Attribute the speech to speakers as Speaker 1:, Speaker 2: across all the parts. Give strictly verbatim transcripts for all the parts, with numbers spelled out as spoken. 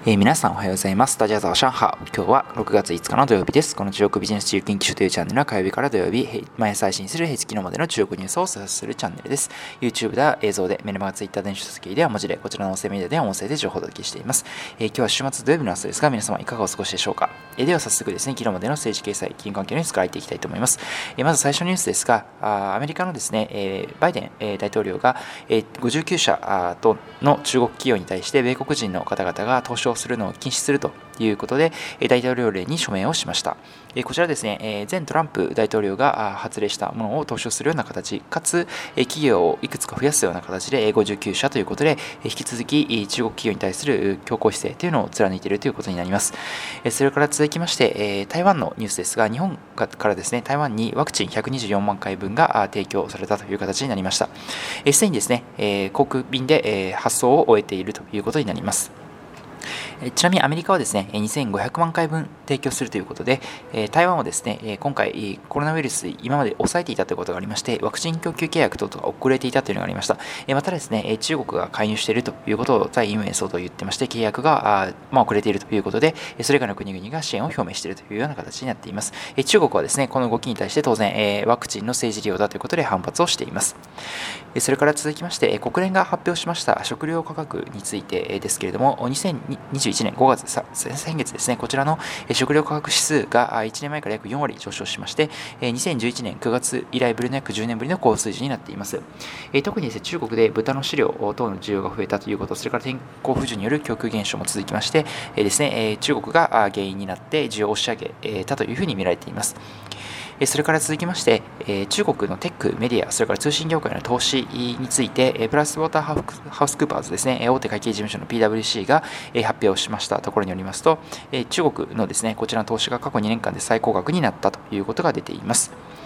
Speaker 1: えー、皆さんおはようございます。大家早上好。今日はろくがついつかの土曜日です。この中国ビジネス自由研究所というチャンネルは火曜日から土曜日、毎朝配信する平日昨日までの中国ニュースをお伝えするチャンネルです。YouTube では映像で、メルマガ、Twitter、電子書籍では文字で、こちらの音声メディアでは音声で情報をお届けしています。えー、今日は週末土曜日の朝ですが、皆様いかがお過ごしでしょうか。えー、では早速ですね、昨日までの政治経済、金融関係のニュースから入っていきたいと思います。えー、まず最初のニュースですが、アメリカのですね、えー、バイデン、えー、大統領が、えー、ごじゅうきゅうしゃとの中国企業に対して米国人の方々が投資をするのを禁止するということで、大統領令に署名をしました。こちらですね、前トランプ大統領が発令したものを投資するような形、かつ企業をいくつか増やすような形でごじゅうきゅうしゃということで、引き続き中国企業に対する強硬姿勢というのを貫いているということになります。それから続きまして、台湾のニュースですが、日本からですね、台湾にワクチンひゃくにじゅうよんまんかいぶんが提供されたという形になりました。すでにですね、航空便で発送を終えているということになります。ちなみにアメリカはですね、にせんごひゃくまんかいぶん提供するということで、台湾はですね、今回コロナウイルス今まで抑えていたということがありまして、ワクチン供給契約等々が遅れていたというのがありました。またですね、中国が介入しているということを在イムエ総統言ってまして、契約がまあ遅れているということで、それ以外の国々が支援を表明しているというような形になっています。中国はですね、この動きに対して当然ワクチンの政治利用だということで反発をしています。それから続きまして、国連が発表しました食料価格についてですけれども、にせんにじゅういちねんごがつ、先月ですね、こちらの食料価格指数がいちねんまえから約よんわり上昇しまして、にせんじゅういちねんくがつ以来ぶりの約じゅうねんぶりの高水準になっています。特にですね、中国で豚の飼料等の需要が増えたということ、それから天候不順による供給減少も続きましてですね、中国が原因になって需要を押し上げたというふうに見られています。それから続きまして、中国のテック、メディア、それから通信業界の投資について、プライスウォーターハウスクーパーズですね、大手会計事務所の ピーダブリューシー が発表しましたところによりますと、中国のですね、こちらの投資が過去にねんかんで最高額になったということが出ています。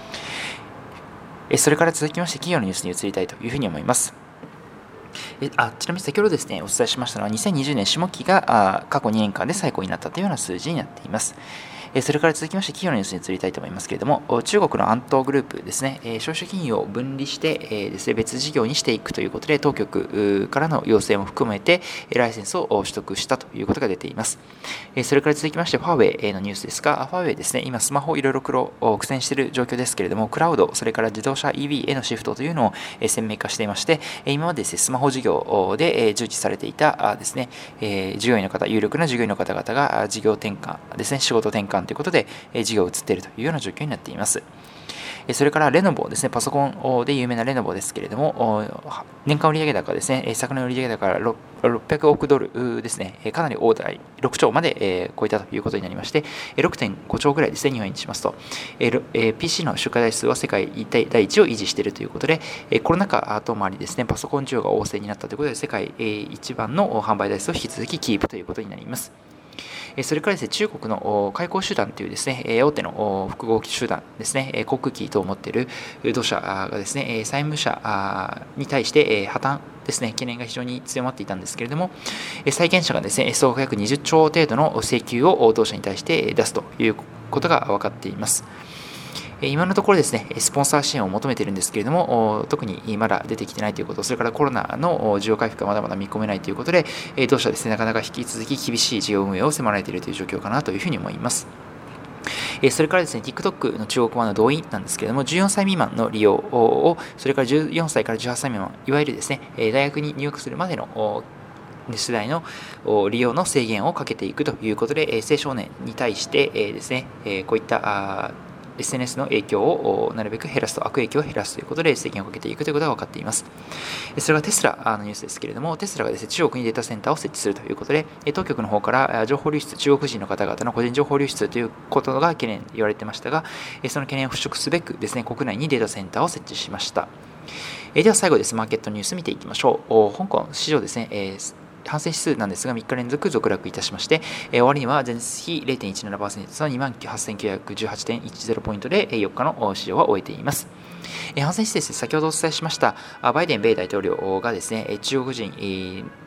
Speaker 1: それから続きまして、企業のニュースに移りたいというふうに思います。あちなみに先ほどですね、お伝えしましたのは、にせんにじゅうねん下期が過去にねんかんで最高になったというような数字になっています。それから続きまして企業のニュースに移りたいと思いますけれども、中国の安東グループですね、消費者金融を分離してですね、別事業にしていくということで、当局からの要請も含めてライセンスを取得したということが出ています。それから続きまして、ファーウェイのニュースですが、ファーウェイですね、今スマホをいろいろ苦戦している状況ですけれども、クラウド、それから自動車 イーブイ へのシフトというのを鮮明化していまして、今までですね、スマホ事業で従事されていたですね、従業員の方、有力な従業員の方々が事業転換ですね、仕事転換ということで事業を移っているというような状況になっています。それからレノボですね、パソコンで有名なレノボですけれども、年間売上高ですね、昨年売上高からろっぴゃくおくドルですね、かなり大台、ろくちょうまで超えたということになりまして、ろくてんごちょうぐらいですね、日本円にしますと、ピーシー の出荷台数は世界第一を維持しているということで、コロナ禍等もありですね、パソコン需要が旺盛になったということで、世界一番の販売台数を引き続きキープということになります。それからですね、中国の海工集団というですね、大手の複合集団ですね、航空機等を持っている同社がですね、債務者に対して破綻ですね、懸念が非常に強まっていたんですけれども、債権者がですね、総額約にじゅっちょう程度の請求を同社に対して出すということが分かっています。今のところですね、スポンサー支援を求めているんですけれども、特にまだ出てきてないということ、それからコロナの需要回復がまだまだ見込めないということで、同社ですね、なかなか引き続き厳しい事業運営を迫られているという状況かなというふうに思います。それからですね、TikTok の中国版の動員なんですけれども、じゅうよんさい未満の利用を、それからじゅうよんさいからじゅうはっさい未満、いわゆるですね、大学に入学するまでの世代の利用の制限をかけていくということで、青少年に対してですね、こういったエスエヌエス の影響をなるべく減らすと、悪影響を減らすということで制限をかけていくということが分かっています。それがテスラのニュースですけれども、テスラがですね、中国にデータセンターを設置するということで、当局の方から情報流出、中国人の方々の個人情報流出ということが懸念言われていましたが、その懸念を払拭すべくですね、国内にデータセンターを設置しました。では最後です、マーケットニュース見ていきましょう。香港市場ですね、反戦指数なんですがみっか連続続落いたしまして、えー、終わりには前日比 れいてんいちななパーセント の にまんはっせんきゅうひゃくじゅうはちてんいちゼロ ポイントでよっかの市場は終えています。えー、反戦指数です、先ほどお伝えしましたバイデン米大統領がですね、中国人、中国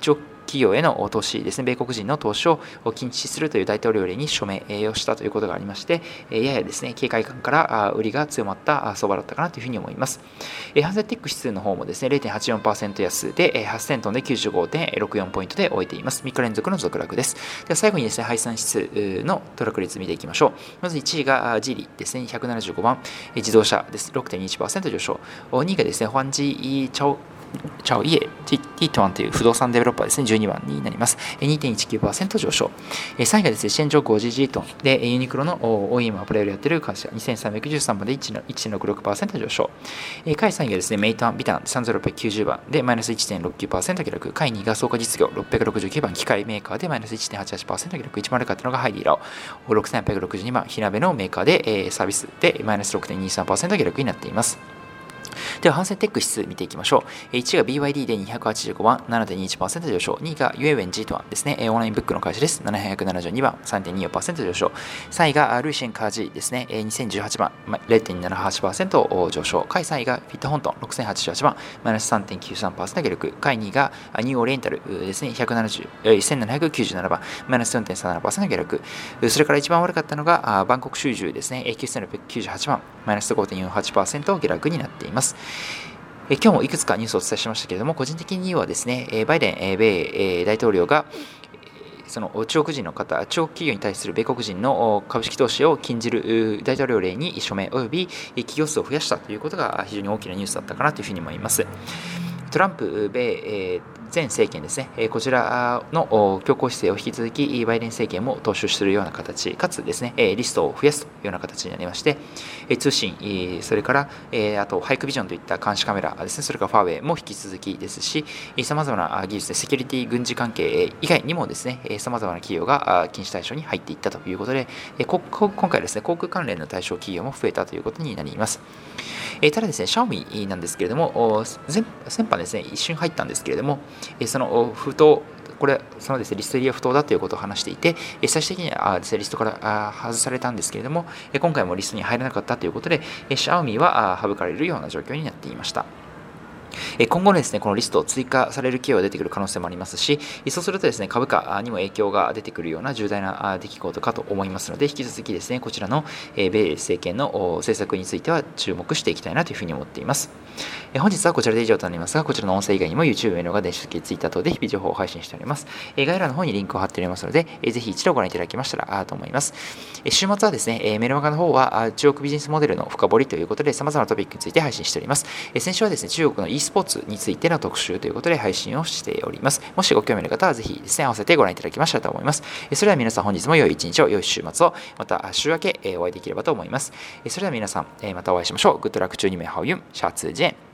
Speaker 1: 企業への投資ですね、米国人の投資を禁止するという大統領令に署名をしたということがありまして、ややですね、警戒感から売りが強まった相場だったかなというふうに思います。ハンセンテック指数の方もですね、れいてんはちよんパーセント 安で、はっせんトンで きゅうじゅうごてんろくよん ポイントで終えています。みっか連続の続落です。では最後にですね、配算指数のトラック率見ていきましょう。まずいちいがジーリですね、ひゃくななじゅうごばん、自動車です。ろくてんにいちパーセント 上昇。にいがですね、ホアンジーチャオチャオイエ ティートワン という不動産デベロッパーですね、じゅうにばんになります。にてんいちきゅうパーセント 上昇。さんいがですね、シェンジョーゴージージートンで、ユニクロの オーイーエム アパレルやっている会社、にせんさんびゃくじゅうさんばんで いちてんろくろくパーセント 上昇。下位さんいがですね、メイトアンビタンさんぜんろっぴゃくきゅうじゅうばんで、マイナス いってんろくきゅうパーセント 下落。下位にいが創価実業ろっぴゃくろくじゅうきゅうばん、機械メーカーでマイナス いってんはちはちパーセント 下落。いちまるかっていうのがハイディラオろくせんはっぴゃくろくじゅうにばん、火鍋のメーカーで、サービスでマイナス ろくてんにさんパーセント 下落になっています。では、ハンセンテック指数見ていきましょう。いちが ビーワイディー でにひゃくはちじゅうごばん、ななてんにいちパーセント 上昇。にいがユエウェン ジートワン ですね、オンラインブックの会社です。ななひゃくななじゅうにばん、さんてんによんパーセント 上昇。さんいがルイシェンカージーですね、にせんじゅうはちばん、れいてんななはちパーセント 上昇。下位さんいがフィットホントンろくせんはちじゅうはちばん、マイナス さんてんきゅうさんパーセント 下落。下位にいがニューオリエンタルですね、せんななひゃくきゅうじゅうななばん、マイナス よんてんさんななパーセント 下落。それから一番悪かったのがバンコク州中ですね、きゅうせんろっぴゃくきゅうじゅうはちばん、マイナス ごてんよんはちパーセント 下落になっています。え今日もいくつかニュースをお伝えしましたけれども、個人的にはですね、バイデン米大統領がその中国人の方、中国企業に対する米国人の株式投資を禁じる大統領令に署名及び企業数を増やしたということが非常に大きなニュースだったかなというふうに思います。トランプ米前政権ですね、こちらの強硬姿勢を引き続きバイデン政権も踏襲するような形、かつですね、リストを増やすというような形になりまして、通信、それからあとハイクビジョンといった監視カメラですね、それからファーウェイも引き続きですし、さまざまな技術でセキュリティ軍事関係以外にもですね、さまざまな企業が禁止対象に入っていったということで、今回ですね、航空関連の対象企業も増えたということになります。ただですね、シャオミなんですけれども、先般ですね、一瞬入ったんですけれども、その不当、これ、そのですね、リスト入りは不当だということを話していて、最終的にはですね、リストから外されたんですけれども、今回もリストに入らなかったということで、シャオミは省かれるような状況になっていました。今後ですね、このリストを追加される企業が出てくる可能性もありますし、そうするとですね、株価にも影響が出てくるような重大な出来事かと思いますので、引き続きですね、こちらの米政権の政策については注目していきたいなというふうに思っています。本日はこちらで以上となりますが、こちらの音声以外にも YouTube へのが電子書籍、Twitter 等で日々情報を配信しております。概要欄の方にリンクを貼っておりますので、ぜひ一度ご覧いただけましたらと思います。週末はですね、メルマガの方は中国ビジネスモデルの深掘りということで、様々なトピックについて配信しております。先週はですね、中国の e スポーツについての特集ということで配信をしております。もしご興味の方はぜひですね、合わせてご覧いただきましたらと思います。それでは皆さん本日も良い一日を、良い週末を、また週明けお会いできればと思います。それでは皆さん、またお会いしましょう。グッドラック中に名ハオユン、シャツジェン。